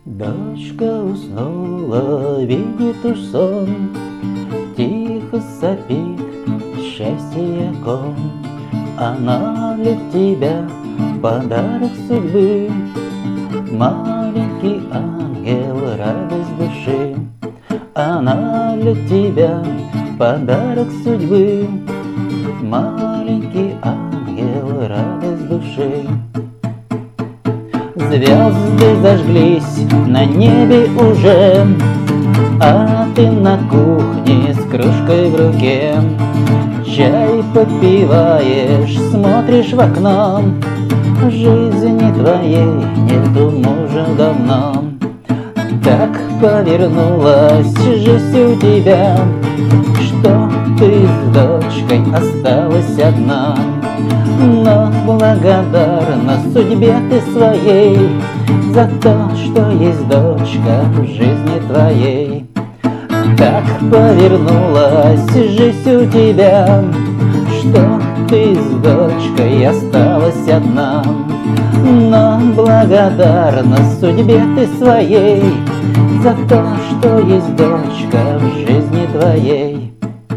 Дочка уснула, видит уж сон, тихо сопит счастье ком. Она для тебя подарок судьбы, маленький ангел, радость души. Она для тебя подарок судьбы, маленький ангел, радость души. Звезды зажглись на небе уже, а ты на кухне с кружкой в руке. Чай попиваешь, смотришь в окно, в жизни твоей нету мужа давно. Так повернулась жизнь у тебя, что ты с дочкой осталась одна. Но благодарна судьбе ты своей за то, что есть дочка в жизни твоей. Так повернулась жизнь у тебя, что ты с дочкой осталась одна. Но благодарна судьбе ты своей за то, что есть дочка в жизни твоей.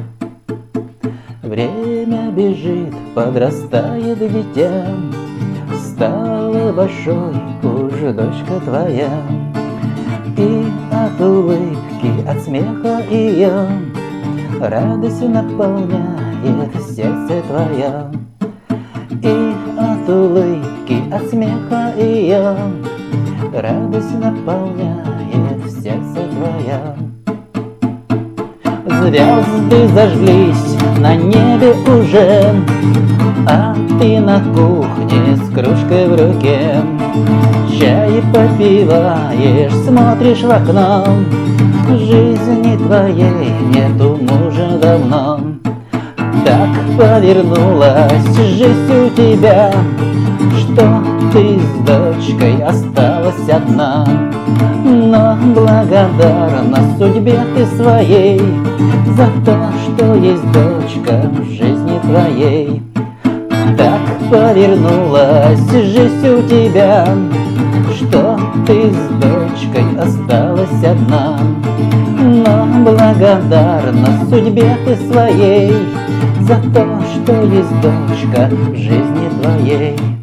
Время бежит, подрастает дитя, стала большой уже дочка твоя. И от улыбки, от смеха ее радость наполняет сердце твое. И от улыбки, от смеха ее радость наполняет сердце твое. Звезды зажглись на небе уже, а ты на кухне с кружкой в руке. Чай попиваешь, смотришь в окно, в жизни твоей нету мужа давно. Так повернулась жизнь у тебя, что ты с дочкой осталась одна. Но благодарна судьбе ты своей за то, что есть дочка в жизни твоей. Так повернулась жизнь у тебя, что ты с дочкой осталась одна. Но благодарна судьбе ты своей за то, что есть дочка в жизни твоей.